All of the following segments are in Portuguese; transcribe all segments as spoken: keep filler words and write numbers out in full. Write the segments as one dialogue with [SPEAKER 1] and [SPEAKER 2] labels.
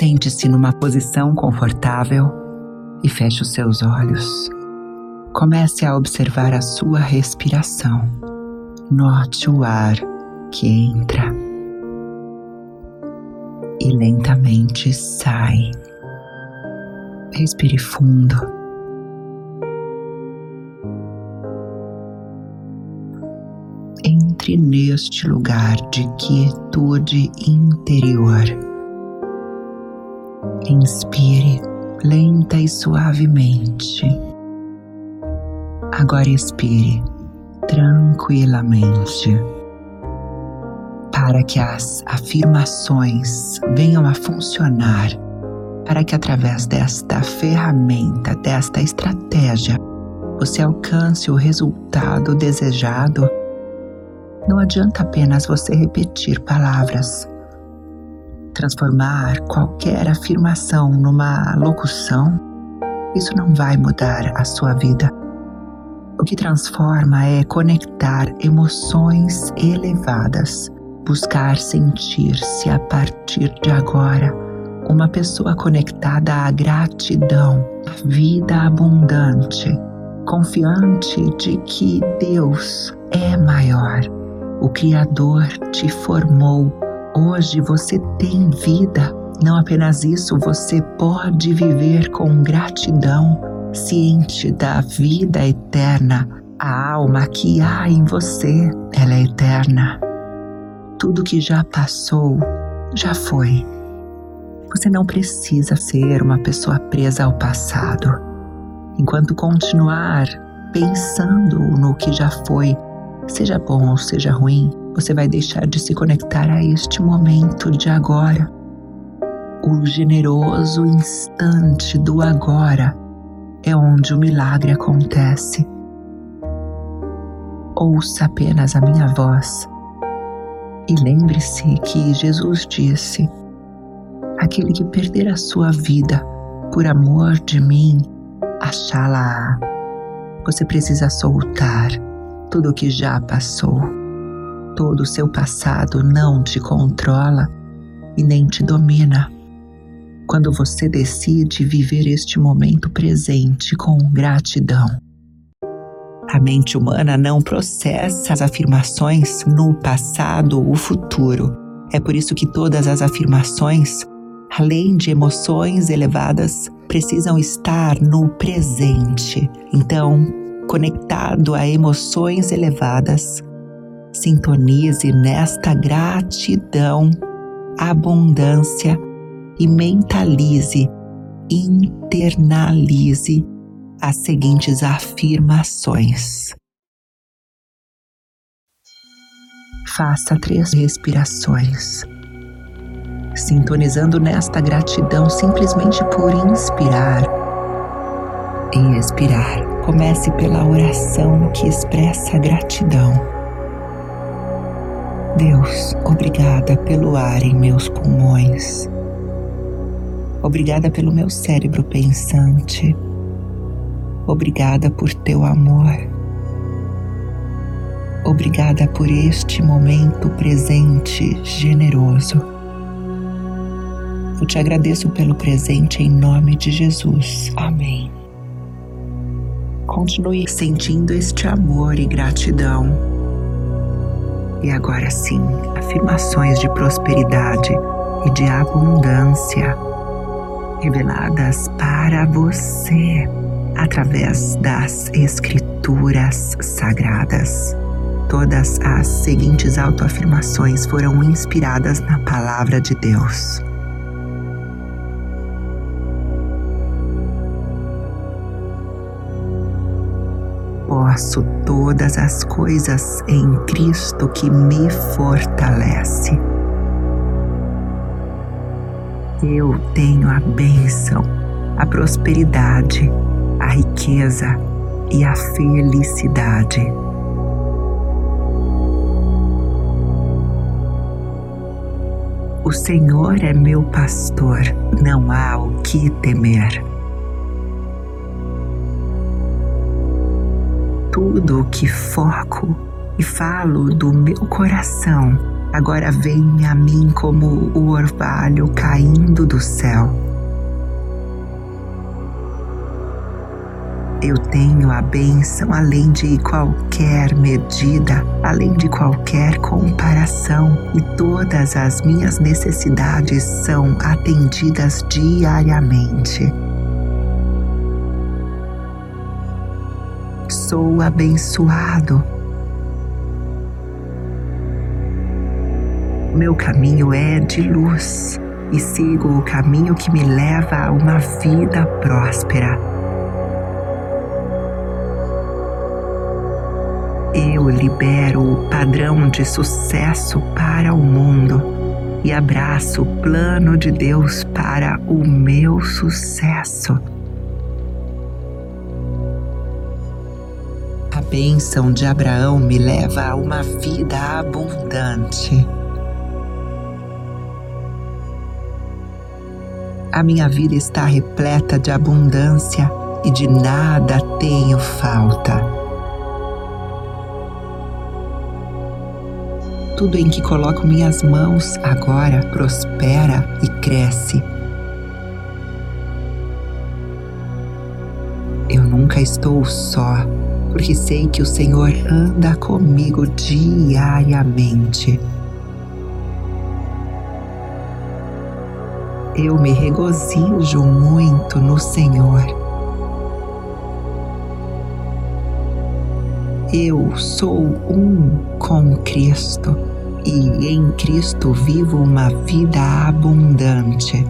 [SPEAKER 1] Sente-se numa posição confortável e feche os seus olhos. Comece a observar a sua respiração. Note o ar que entra e lentamente sai. Respire fundo. Entre neste lugar de quietude interior. Inspire lenta e suavemente. Agora expire tranquilamente. Para que as afirmações venham a funcionar, para que através desta ferramenta, desta estratégia, você alcance o resultado desejado, não adianta apenas você repetir palavras. Transformar qualquer afirmação numa locução, isso não vai mudar a sua vida. O que transforma é conectar emoções elevadas, buscar sentir-se a partir de agora uma pessoa conectada à gratidão, à vida abundante, confiante de que Deus é maior. O Criador te formou. Hoje você tem vida. Não apenas isso, você pode viver com gratidão, ciente da vida eterna. A alma que há em você, ela é eterna. Tudo que já passou, já foi. Você não precisa ser uma pessoa presa ao passado. Enquanto continuar pensando no que já foi, seja bom ou seja ruim, você vai deixar de se conectar a este momento de agora. O generoso instante do agora é onde o milagre acontece. Ouça apenas a minha voz e lembre-se que Jesus disse: aquele que perder a sua vida por amor de mim, achá-la-á. Você precisa soltar tudo o que já passou. Todo o seu passado não te controla e nem te domina. Quando você decide viver este momento presente com gratidão. A mente humana não processa as afirmações no passado ou futuro. É por isso que todas as afirmações, além de emoções elevadas, precisam estar no presente. Então, conectado a emoções elevadas, sintonize nesta gratidão, abundância e mentalize, internalize as seguintes afirmações. Faça três respirações, sintonizando nesta gratidão simplesmente por inspirar e expirar. Comece pela oração que expressa gratidão. Deus, obrigada pelo ar em meus pulmões. Obrigada pelo meu cérebro pensante. Obrigada por teu amor. Obrigada por este momento presente generoso. Eu te agradeço pelo presente em nome de Jesus. Amém. Continue sentindo este amor e gratidão. E agora sim, afirmações de prosperidade e de abundância reveladas para você através das Escrituras Sagradas. Todas as seguintes autoafirmações foram inspiradas na Palavra de Deus. Posso todas as coisas em Cristo que me fortalece. Eu tenho a bênção, a prosperidade, a riqueza e a felicidade. O Senhor é meu pastor, não há o que temer. Tudo o que foco e falo do meu coração agora vem a mim como o orvalho caindo do céu. Eu tenho a bênção além de qualquer medida, além de qualquer comparação, e todas as minhas necessidades são atendidas diariamente. Sou abençoado. Meu caminho é de luz e sigo o caminho que me leva a uma vida próspera. Eu libero o padrão de sucesso para o mundo e abraço o plano de Deus para o meu sucesso. A bênção de Abraão me leva a uma vida abundante. A minha vida está repleta de abundância e de nada tenho falta. Tudo em que coloco minhas mãos agora prospera e cresce. Eu nunca estou só, porque sei que o Senhor anda comigo diariamente. Eu me regozijo muito no Senhor. Eu sou um com Cristo e em Cristo vivo uma vida abundante.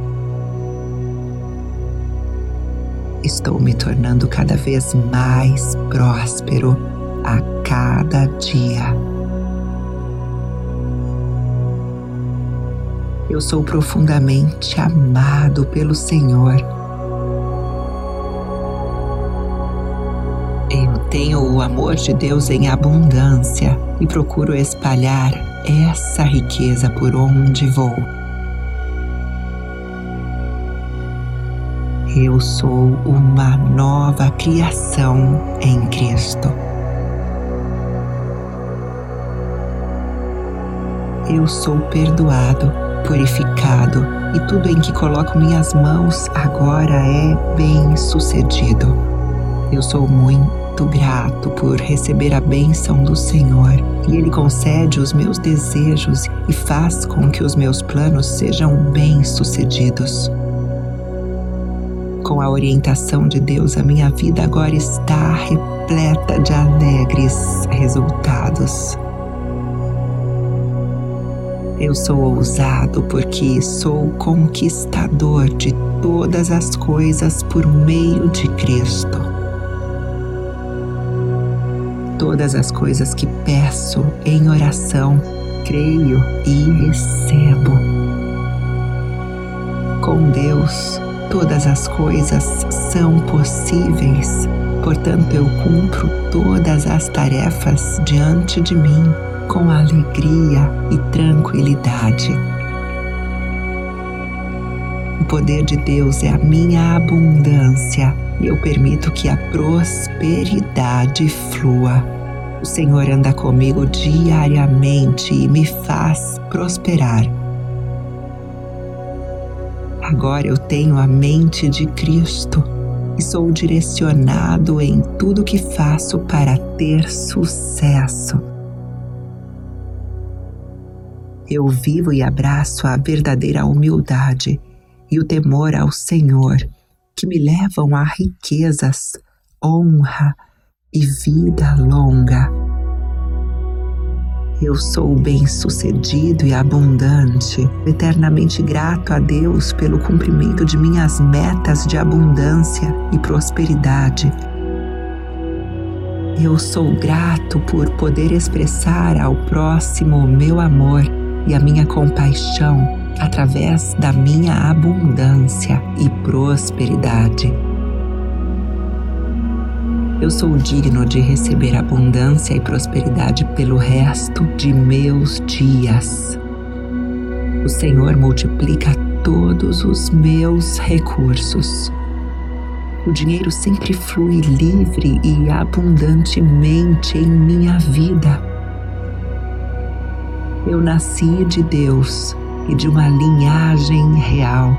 [SPEAKER 1] Estou me tornando cada vez mais próspero a cada dia. Eu sou profundamente amado pelo Senhor. Eu tenho o amor de Deus em abundância e procuro espalhar essa riqueza por onde vou. Eu sou uma nova criação em Cristo. Eu sou perdoado, purificado, e tudo em que coloco minhas mãos agora é bem-sucedido. Eu sou muito grato por receber a bênção do Senhor, e Ele concede os meus desejos e faz com que os meus planos sejam bem-sucedidos. Com a orientação de Deus, a minha vida agora está repleta de alegres resultados. Eu sou ousado porque sou conquistador de todas as coisas por meio de Cristo. Todas as coisas que peço em oração, creio e recebo. Com Deus, todas as coisas são possíveis, portanto eu cumpro todas as tarefas diante de mim com alegria e tranquilidade. O poder de Deus é a minha abundância e eu permito que a prosperidade flua. O Senhor anda comigo diariamente e me faz prosperar. Agora eu tenho a mente de Cristo e sou direcionado em tudo que faço para ter sucesso. Eu vivo e abraço a verdadeira humildade e o temor ao Senhor, que me levam a riquezas, honra e vida longa. Eu sou bem-sucedido e abundante, eternamente grato a Deus pelo cumprimento de minhas metas de abundância e prosperidade. Eu sou grato por poder expressar ao próximo o meu amor e a minha compaixão através da minha abundância e prosperidade. Eu sou digno de receber abundância e prosperidade pelo resto de meus dias. O Senhor multiplica todos os meus recursos. O dinheiro sempre flui livre e abundantemente em minha vida. Eu nasci de Deus e de uma linhagem real.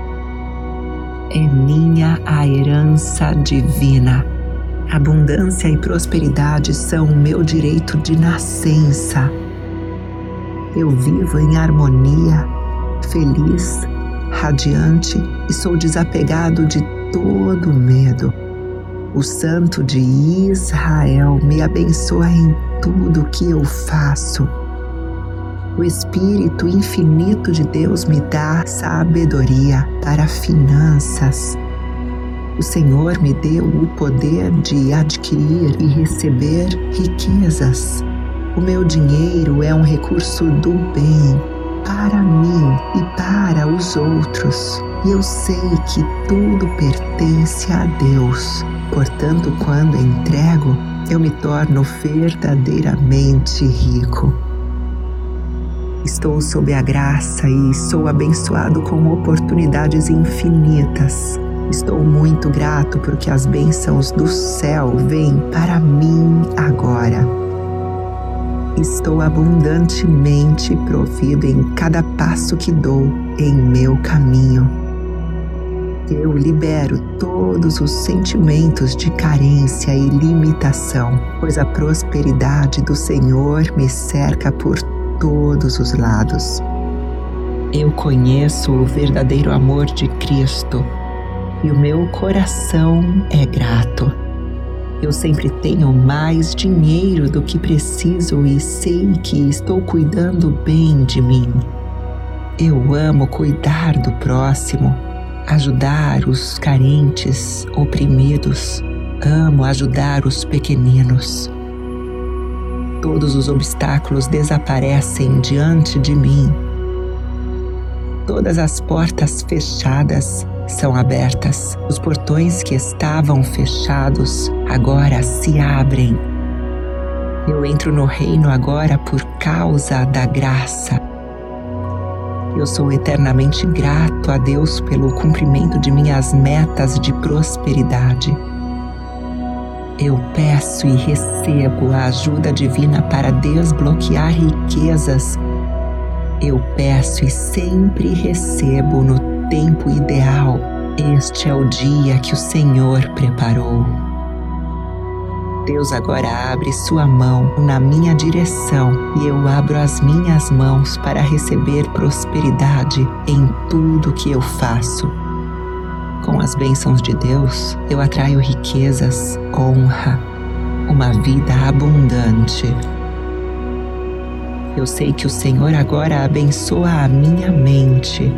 [SPEAKER 1] É minha a herança divina. Abundância e prosperidade são o meu direito de nascença. Eu vivo em harmonia, feliz, radiante e sou desapegado de todo medo. O Santo de Israel me abençoa em tudo que eu faço. O Espírito infinito de Deus me dá sabedoria para finanças. O Senhor me deu o poder de adquirir e receber riquezas. O meu dinheiro é um recurso do bem para mim e para os outros. E eu sei que tudo pertence a Deus. Portanto, quando entrego, eu me torno verdadeiramente rico. Estou sob a graça e sou abençoado com oportunidades infinitas. Estou muito grato porque as bênçãos do céu vêm para mim agora. Estou abundantemente provido em cada passo que dou em meu caminho. Eu libero todos os sentimentos de carência e limitação, pois a prosperidade do Senhor me cerca por todos os lados. Eu conheço o verdadeiro amor de Cristo e o meu coração é grato. Eu sempre tenho mais dinheiro do que preciso e sei que estou cuidando bem de mim. Eu amo cuidar do próximo, ajudar os carentes, oprimidos. Amo ajudar os pequeninos. Todos os obstáculos desaparecem diante de mim. Todas as portas fechadas são abertas. Os portões que estavam fechados agora se abrem. Eu entro no reino agora por causa da graça. Eu sou eternamente grato a Deus pelo cumprimento de minhas metas de prosperidade. Eu peço e recebo a ajuda divina para desbloquear riquezas. Eu peço e sempre recebo no tempo ideal. Este é o dia que o Senhor preparou. Deus agora abre sua mão na minha direção e eu abro as minhas mãos para receber prosperidade em tudo que eu faço. Com as bênçãos de Deus, eu atraio riquezas, honra, uma vida abundante. Eu sei que o Senhor agora abençoa a minha mente.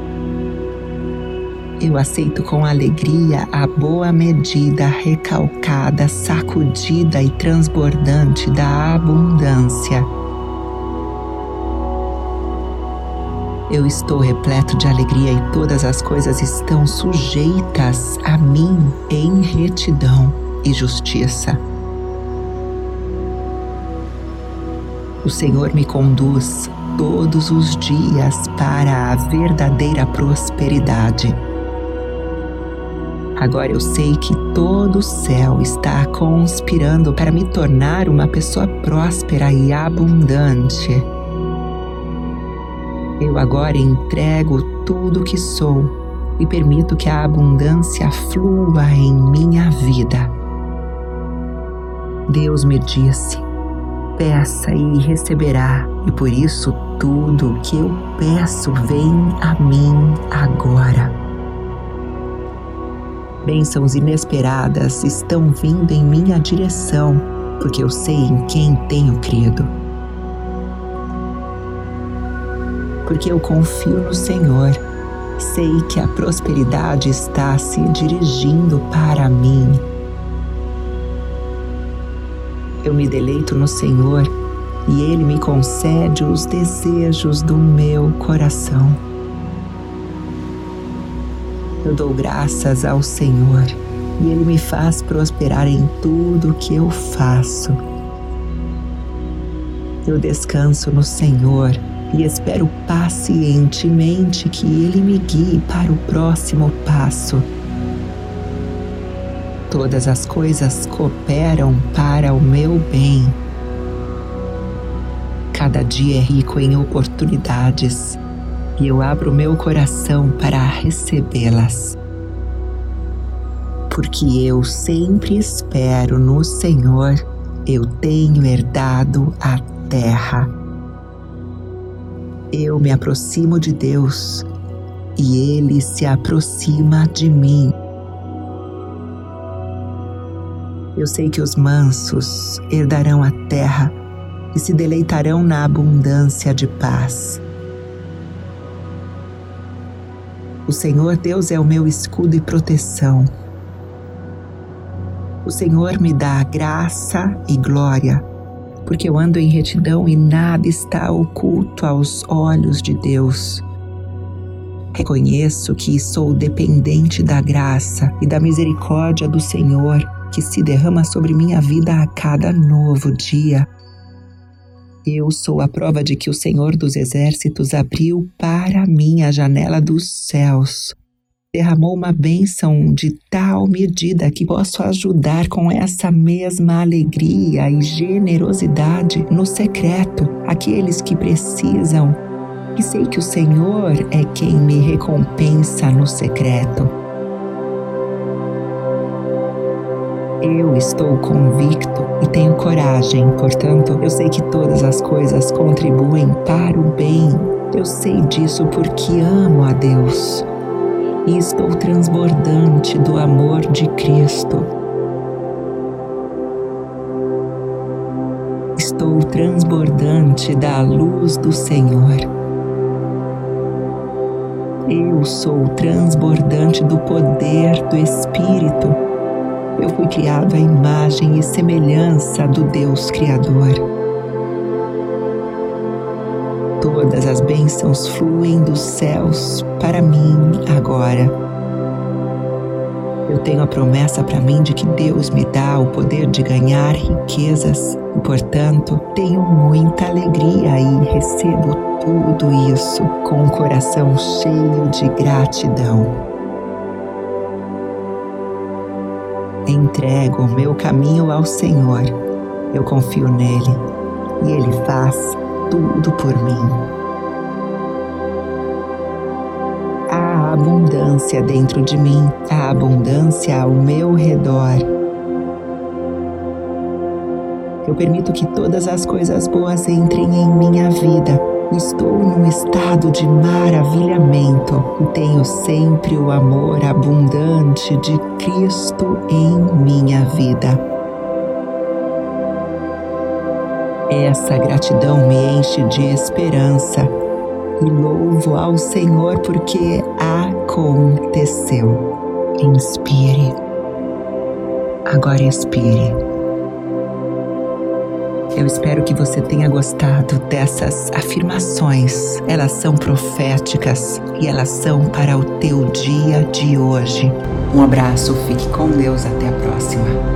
[SPEAKER 1] Eu aceito com alegria a boa medida, recalcada, sacudida e transbordante da abundância. Eu estou repleto de alegria e todas as coisas estão sujeitas a mim em retidão e justiça. O Senhor me conduz todos os dias para a verdadeira prosperidade. Agora eu sei que todo o céu está conspirando para me tornar uma pessoa próspera e abundante. Eu agora entrego tudo que sou e permito que a abundância flua em minha vida. Deus me disse: peça e receberá, e por isso tudo o que eu peço vem a mim agora. Bênçãos inesperadas estão vindo em minha direção, porque eu sei em quem tenho crido. Porque eu confio no Senhor, sei que a prosperidade está se dirigindo para mim. Eu me deleito no Senhor e Ele me concede os desejos do meu coração. Eu dou graças ao Senhor e Ele me faz prosperar em tudo que eu faço. Eu descanso no Senhor e espero pacientemente que Ele me guie para o próximo passo. Todas as coisas cooperam para o meu bem. cada dia é rico em oportunidades e eu abro meu coração para recebê-las. Porque eu sempre espero no Senhor, eu tenho herdado a terra. Eu me aproximo de Deus e Ele se aproxima de mim. Eu sei que os mansos herdarão a terra e se deleitarão na abundância de paz. O Senhor Deus é o meu escudo e proteção. O Senhor me dá graça e glória, porque eu ando em retidão e nada está oculto aos olhos de Deus. Reconheço que sou dependente da graça e da misericórdia do Senhor, que se derrama sobre minha vida a cada novo dia. Eu sou a prova de que o Senhor dos Exércitos abriu para mim a janela dos céus. Derramou uma bênção de tal medida que posso ajudar com essa mesma alegria e generosidade no secreto aqueles que precisam. E sei que o Senhor é quem me recompensa no secreto. Eu estou convicto e tenho coragem, portanto, eu sei que todas as coisas contribuem para o bem. Eu sei disso porque amo a Deus. E estou transbordante do amor de Cristo. Estou transbordante da luz do Senhor. Eu sou transbordante do poder do Espírito. Eu fui criado à imagem e semelhança do Deus Criador. Todas as bênçãos fluem dos céus para mim agora. Eu tenho a promessa para mim de que Deus me dá o poder de ganhar riquezas e, portanto, tenho muita alegria e recebo tudo isso com um coração cheio de gratidão. Entrego o meu caminho ao Senhor. Eu confio nele e Ele faz tudo por mim. Há abundância dentro de mim, há abundância ao meu redor. Eu permito que todas as coisas boas entrem em minha vida. Estou num estado de maravilhamento e tenho sempre o amor abundante de Cristo em minha vida. Essa gratidão me enche de esperança e louvo ao Senhor porque aconteceu. Inspire. Agora expire. Eu espero que você tenha gostado dessas afirmações. Elas são proféticas e elas são para o teu dia de hoje. Um abraço, fique com Deus, até a próxima.